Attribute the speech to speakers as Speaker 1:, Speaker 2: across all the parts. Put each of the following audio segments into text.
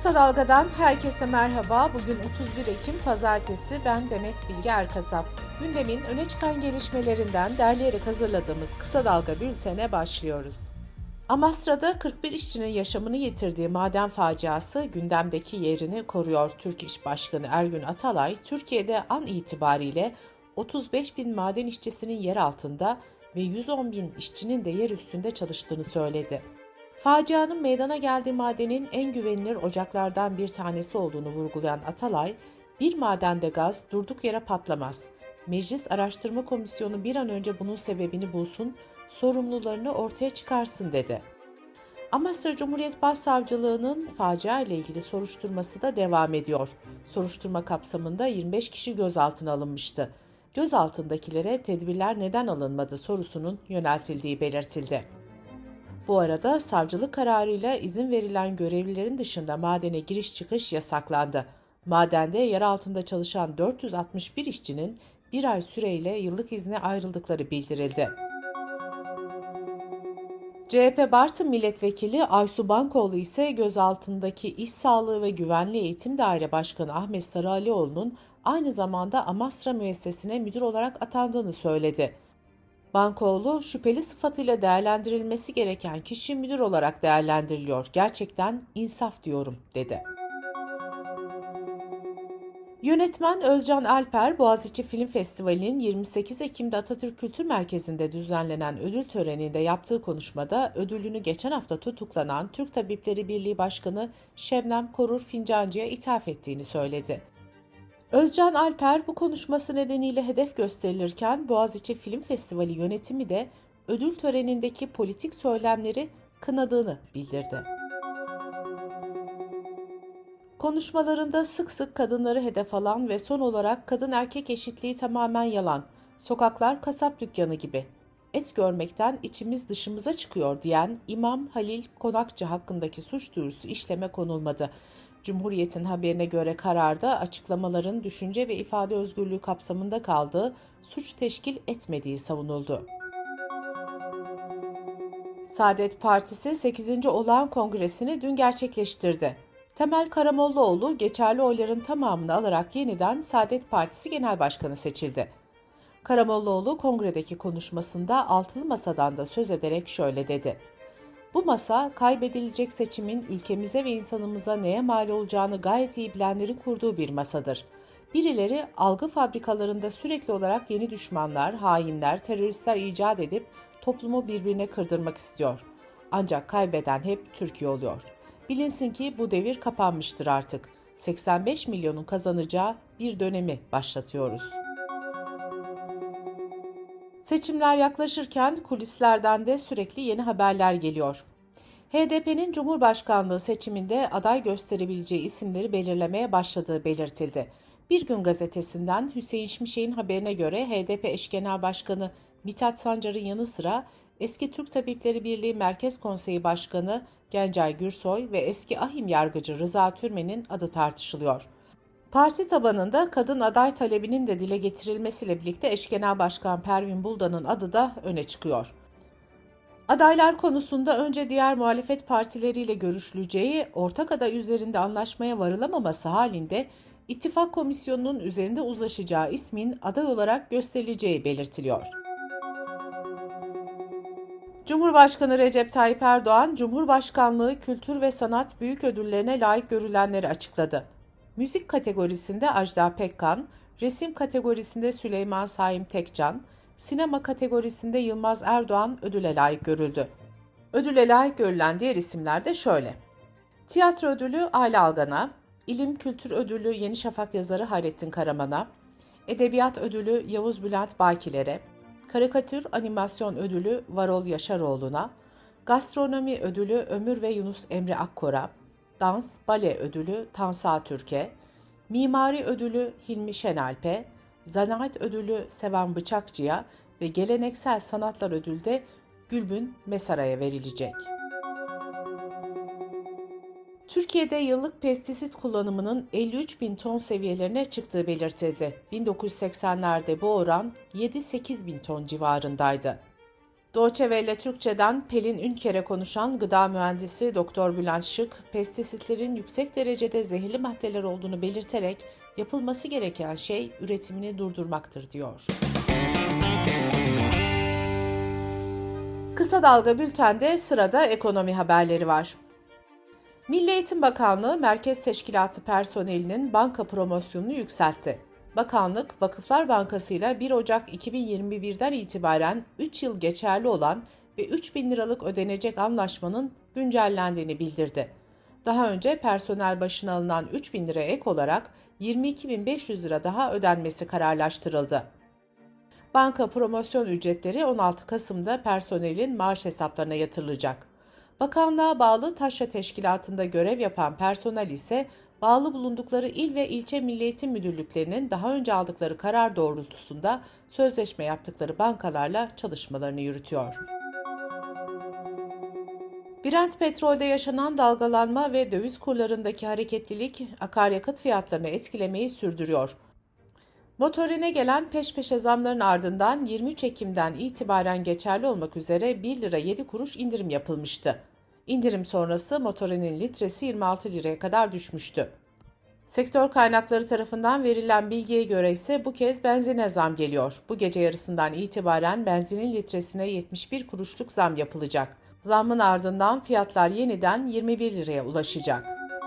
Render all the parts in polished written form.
Speaker 1: Kısa Dalga'dan herkese merhaba. Bugün 31 Ekim Pazartesi. Ben Demet Bilge Erkasap. Gündemin öne çıkan gelişmelerinden derleyerek hazırladığımız Kısa Dalga bültene başlıyoruz. Amasra'da 41 işçinin yaşamını yitirdiği maden faciası gündemdeki yerini koruyor. Türk İş Başkanı Ergün Atalay, Türkiye'de an itibariyle 35 bin maden işçisinin yer altında ve 110 bin işçinin de yer üstünde çalıştığını söyledi. Facianın meydana geldiği madenin en güvenilir ocaklardan bir tanesi olduğunu vurgulayan Atalay, bir madende gaz durduk yere patlamaz. Meclis Araştırma Komisyonu bir an önce bunun sebebini bulsun, sorumlularını ortaya çıkarsın dedi. Amasra Cumhuriyet Başsavcılığı'nın facia ile ilgili soruşturması da devam ediyor. Soruşturma kapsamında 25 kişi gözaltına alınmıştı. Gözaltındakilere tedbirler neden alınmadı sorusunun yöneltildiği belirtildi. Bu arada savcılık kararıyla izin verilen görevlilerin dışında madene giriş çıkış yasaklandı. Madende yer altında çalışan 461 işçinin bir ay süreyle yıllık izne ayrıldıkları bildirildi. CHP Bartın Milletvekili Aysu Bankoğlu ise gözaltındaki İş Sağlığı ve Güvenliği Eğitim Daire Başkanı Ahmet Sarıalioğlu'nun aynı zamanda Amasra müessesesine müdür olarak atandığını söyledi. Bankoğlu, şüpheli sıfatıyla değerlendirilmesi gereken kişi müdür olarak değerlendiriliyor. Gerçekten insaf diyorum, dedi. Yönetmen Özcan Alper, Boğaziçi Film Festivali'nin 28 Ekim'de Atatürk Kültür Merkezi'nde düzenlenen ödül töreninde yaptığı konuşmada ödülünü geçen hafta tutuklanan Türk Tabipleri Birliği Başkanı Şebnem Korur Fincancı'ya ithaf ettiğini söyledi. Özcan Alper bu konuşması nedeniyle hedef gösterilirken Boğaziçi Film Festivali yönetimi de ödül törenindeki politik söylemleri kınadığını bildirdi. Konuşmalarında sık sık kadınları hedef alan ve son olarak kadın erkek eşitliği tamamen yalan, sokaklar kasap dükkanı gibi, et görmekten içimiz dışımıza çıkıyor diyen İmam Halil Konakçı hakkındaki suç duyurusu işleme konulmadı. Cumhuriyet'in haberine göre kararda açıklamaların düşünce ve ifade özgürlüğü kapsamında kaldığı, suç teşkil etmediği savunuldu. Saadet Partisi 8. Olağan Kongresini dün gerçekleştirdi. Temel Karamollaoğlu geçerli oyların tamamını alarak yeniden Saadet Partisi Genel Başkanı seçildi. Karamollaoğlu kongredeki konuşmasında altılı masadan da söz ederek şöyle dedi. Bu masa kaybedilecek seçimin ülkemize ve insanımıza neye mal olacağını gayet iyi bilenlerin kurduğu bir masadır. Birileri algı fabrikalarında sürekli olarak yeni düşmanlar, hainler, teröristler icat edip toplumu birbirine kırdırmak istiyor. Ancak kaybeden hep Türkiye oluyor. Bilinsin ki bu devir kapanmıştır artık. 85 milyonun kazanacağı bir dönemi başlatıyoruz. Seçimler yaklaşırken kulislerden de sürekli yeni haberler geliyor. HDP'nin Cumhurbaşkanlığı seçiminde aday gösterebileceği isimleri belirlemeye başladığı belirtildi. Bir Gün Gazetesi'nden Hüseyin Şimşek'in haberine göre HDP eş genel başkanı Mithat Sancar'ın yanı sıra eski Türk Tabipleri Birliği Merkez Konseyi Başkanı Gencay Gürsoy ve eski AİHM yargıcı Rıza Türmen'in adı tartışılıyor. Parti tabanında kadın aday talebinin de dile getirilmesiyle birlikte eş genel başkan Pervin Buldan'ın adı da öne çıkıyor. Adaylar konusunda önce diğer muhalefet partileriyle görüşüleceği, ortak aday üzerinde anlaşmaya varılamaması halinde ittifak komisyonunun üzerinde uzlaşacağı ismin aday olarak gösterileceği belirtiliyor. Cumhurbaşkanı Recep Tayyip Erdoğan, Cumhurbaşkanlığı Kültür ve Sanat Büyük Ödülleri'ne layık görülenleri açıkladı. Müzik kategorisinde Ajda Pekkan, resim kategorisinde Süleyman Saim Tekcan, sinema kategorisinde Yılmaz Erdoğan ödüle layık görüldü. Ödüle layık görülen diğer isimler de şöyle. Tiyatro ödülü Ayla Algan'a, İlim Kültür ödülü Yeni Şafak yazarı Hayrettin Karaman'a, Edebiyat ödülü Yavuz Bülent Baykiler'e, Karikatür Animasyon ödülü Varol Yaşaroğlu'na, Gastronomi ödülü Ömür ve Yunus Emre Akkor'a, Dans, Bale ödülü Tansa Türk'e, Mimari ödülü Hilmi Şenalp'e, Zanaat ödülü Sevan Bıçakçı'ya ve Geleneksel Sanatlar ödülü de Gülbün Mesara'ya verilecek. Türkiye'de yıllık pestisit kullanımının 53 bin ton seviyelerine çıktığı belirtildi. 1980'lerde bu oran 7-8 bin ton civarındaydı. Deutsche Welle Türkçe'den Pelin Ünker'e konuşan gıda mühendisi Doktor Bülent Şık, pestisitlerin yüksek derecede zehirli maddeler olduğunu belirterek yapılması gereken şey üretimini durdurmaktır diyor. Kısa Dalga Bülten'de sırada ekonomi haberleri var. Milli Eğitim Bakanlığı Merkez Teşkilatı personelinin banka promosyonunu yükseltti. Bakanlık, Vakıflar Bankası ile 1 Ocak 2021'den itibaren 3 yıl geçerli olan ve 3.000 liralık ödenecek anlaşmanın güncellendiğini bildirdi. Daha önce personel başına alınan 3.000 lira ek olarak 22.500 lira daha ödenmesi kararlaştırıldı. Banka promosyon ücretleri 16 Kasım'da personelin maaş hesaplarına yatırılacak. Bakanlığa bağlı Taşra Teşkilatı'nda görev yapan personel ise bağlı bulundukları il ve ilçe Milli Eğitim Müdürlüklerinin daha önce aldıkları karar doğrultusunda sözleşme yaptıkları bankalarla çalışmalarını yürütüyor. Brent petrolde yaşanan dalgalanma ve döviz kurlarındaki hareketlilik akaryakıt fiyatlarını etkilemeyi sürdürüyor. Motorine gelen peş peşe zamların ardından 23 Ekim'den itibaren geçerli olmak üzere 1 lira 7 kuruş indirim yapılmıştı. İndirim sonrası motorinin litresi 26 liraya kadar düşmüştü. Sektör kaynakları tarafından verilen bilgiye göre ise bu kez benzine zam geliyor. Bu gece yarısından itibaren benzinin litresine 71 kuruşluk zam yapılacak. Zammın ardından fiyatlar yeniden 21 liraya ulaşacak.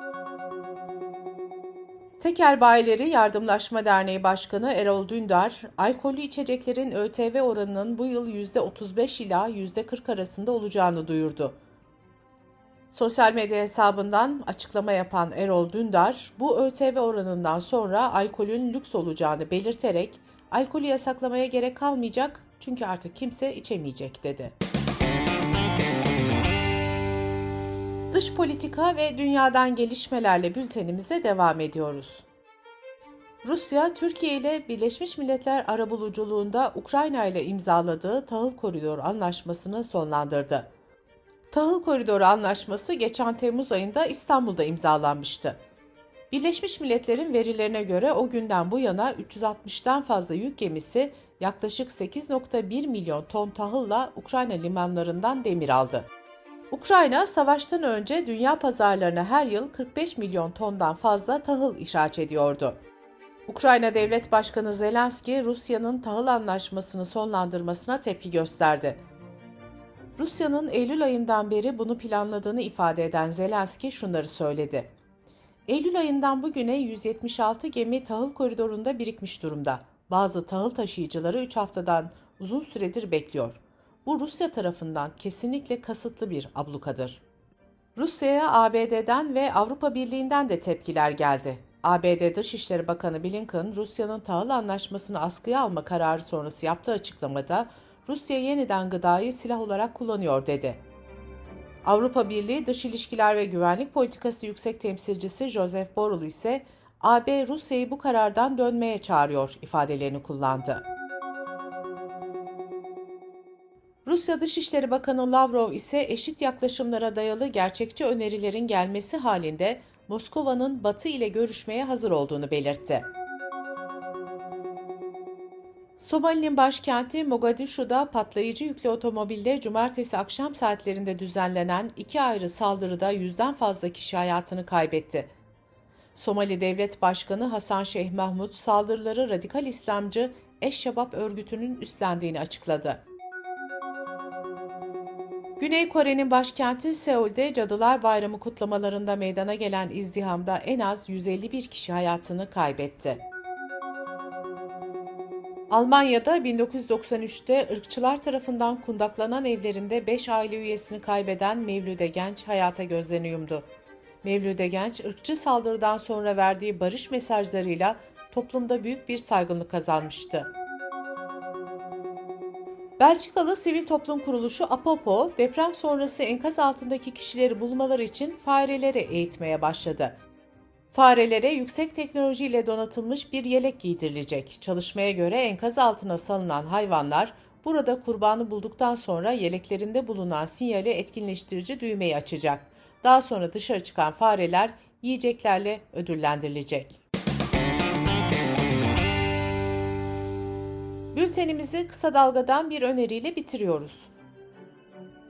Speaker 1: Tekel Bayileri Yardımlaşma Derneği Başkanı Erol Dündar, alkollü içeceklerin ÖTV oranının bu yıl %35 ila %40 arasında olacağını duyurdu. Sosyal medya hesabından açıklama yapan Erol Dündar, bu ÖTV oranından sonra alkolün lüks olacağını belirterek, alkolü yasaklamaya gerek kalmayacak çünkü artık kimse içemeyecek dedi. Dış politika ve dünyadan gelişmelerle bültenimize devam ediyoruz. Rusya, Türkiye ile Birleşmiş Milletler arabuluculuğunda Ukrayna ile imzaladığı Tahıl Koridoru Anlaşması'nı sonlandırdı. Tahıl Koridoru Anlaşması geçen Temmuz ayında İstanbul'da imzalanmıştı. Birleşmiş Milletler'in verilerine göre o günden bu yana 360'tan fazla yük gemisi yaklaşık 8,1 milyon ton tahılla Ukrayna limanlarından demir aldı. Ukrayna, savaştan önce dünya pazarlarına her yıl 45 milyon tondan fazla tahıl ihraç ediyordu. Ukrayna Devlet Başkanı Zelenski, Rusya'nın tahıl anlaşmasını sonlandırmasına tepki gösterdi. Rusya'nın Eylül ayından beri bunu planladığını ifade eden Zelenski şunları söyledi. Eylül ayından bugüne 176 gemi tahıl koridorunda birikmiş durumda. Bazı tahıl taşıyıcıları 3 haftadan uzun süredir bekliyor. Bu Rusya tarafından kesinlikle kasıtlı bir ablukadır. Rusya'ya ABD'den ve Avrupa Birliği'nden de tepkiler geldi. ABD Dışişleri Bakanı Blinken, Rusya'nın tahıl anlaşmasını askıya alma kararı sonrası yaptığı açıklamada Rusya yeniden gıdayı silah olarak kullanıyor dedi. Avrupa Birliği Dış İlişkiler ve Güvenlik Politikası Yüksek Temsilcisi Joseph Borrell ise AB Rusya'yı bu karardan dönmeye çağırıyor ifadelerini kullandı. Rusya Dışişleri Bakanı Lavrov ise eşit yaklaşımlara dayalı gerçekçi önerilerin gelmesi halinde Moskova'nın Batı ile görüşmeye hazır olduğunu belirtti. Somali'nin başkenti Mogadishu'da patlayıcı yüklü otomobilde cumartesi akşam saatlerinde düzenlenen 2 ayrı saldırıda 100'den fazla kişi hayatını kaybetti. Somali Devlet Başkanı Hasan Şeyh Mahmud saldırıları radikal İslamcı Eş-Şebab örgütünün üstlendiğini açıkladı. Güney Kore'nin başkenti Seul'de Cadılar Bayramı kutlamalarında meydana gelen izdihamda en az 151 kişi hayatını kaybetti. Almanya'da 1993'te ırkçılar tarafından kundaklanan evlerinde 5 aile üyesini kaybeden Mevlüde Genç hayata gözlerini yumdu. Mevlüde Genç, ırkçı saldırıdan sonra verdiği barış mesajlarıyla toplumda büyük bir saygınlık kazanmıştı. Belçikalı sivil toplum kuruluşu Apopo, deprem sonrası enkaz altındaki kişileri bulmaları için fareleri eğitmeye başladı. Farelere yüksek teknolojiyle donatılmış bir yelek giydirilecek. Çalışmaya göre enkaz altına salınan hayvanlar burada kurbanı bulduktan sonra yeleklerinde bulunan sinyali etkinleştirici düğmeyi açacak. Daha sonra dışarı çıkan fareler yiyeceklerle ödüllendirilecek. Bültenimizi kısa dalgadan bir öneriyle bitiriyoruz.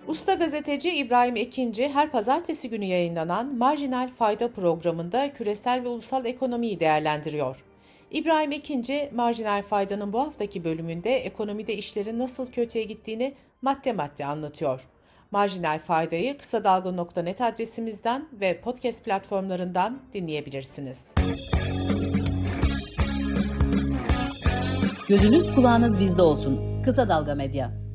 Speaker 1: Usta gazeteci İbrahim Ekinci her pazartesi günü yayınlanan Marjinal Fayda programında küresel ve ulusal ekonomiyi değerlendiriyor. İbrahim Ekinci, Marjinal Fayda'nın bu haftaki bölümünde ekonomide işlerin nasıl kötüye gittiğini madde madde anlatıyor. Marjinal Fayda'yı kısadalga.net adresimizden ve podcast platformlarından dinleyebilirsiniz.
Speaker 2: Gözünüz kulağınız bizde olsun. Kısa Dalga Medya.